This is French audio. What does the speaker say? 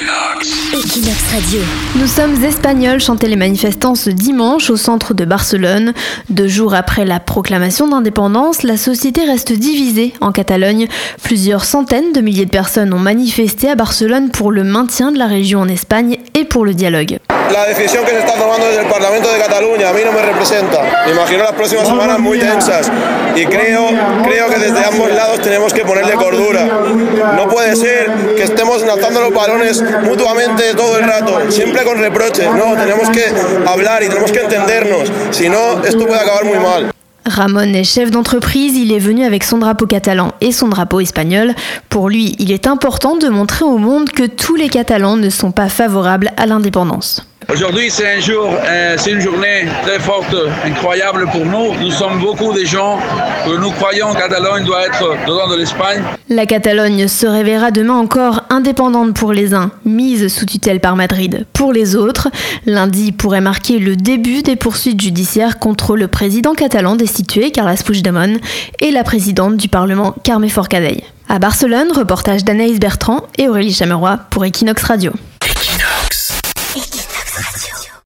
Equinox Radio. Nous sommes espagnols, chantaient les manifestants ce dimanche au centre de Barcelone. 2 jours après la proclamation d'indépendance, la société reste divisée en Catalogne. Plusieurs centaines de milliers de personnes ont manifesté à Barcelone pour le maintien de la région en Espagne et pour le dialogue. La decisión que se está tomando desde el Parlamento de Cataluña a mí no me representa. Me imagino las próximas semanas muy tensas y creo que desde ambos lados tenemos que ponerle cordura. No puede ser que estemos lanzando los balones mutuamente todo el rato, siempre con reproches. No, tenemos que hablar y tenemos que entendernos, si no esto puede acabar muy mal. Ramon est chef d'entreprise, il est venu avec son drapeau catalan et son drapeau espagnol. Pour lui, il est important de montrer au monde que tous les Catalans ne sont pas favorables à l'indépendance. Aujourd'hui, c'est une journée très forte, incroyable pour nous. Nous sommes beaucoup de gens que nous croyons que Catalogne doit être dedans de l'Espagne. La Catalogne se révélera demain encore indépendante pour les uns, mise sous tutelle par Madrid pour les autres. Lundi pourrait marquer le début des poursuites judiciaires contre le président catalan destitué, Carles Puigdemont, et la présidente du Parlement, Carme Forcadell. À Barcelone, reportage d'Anaïs Bertrand et Aurélie Chameroy pour Equinox Radio.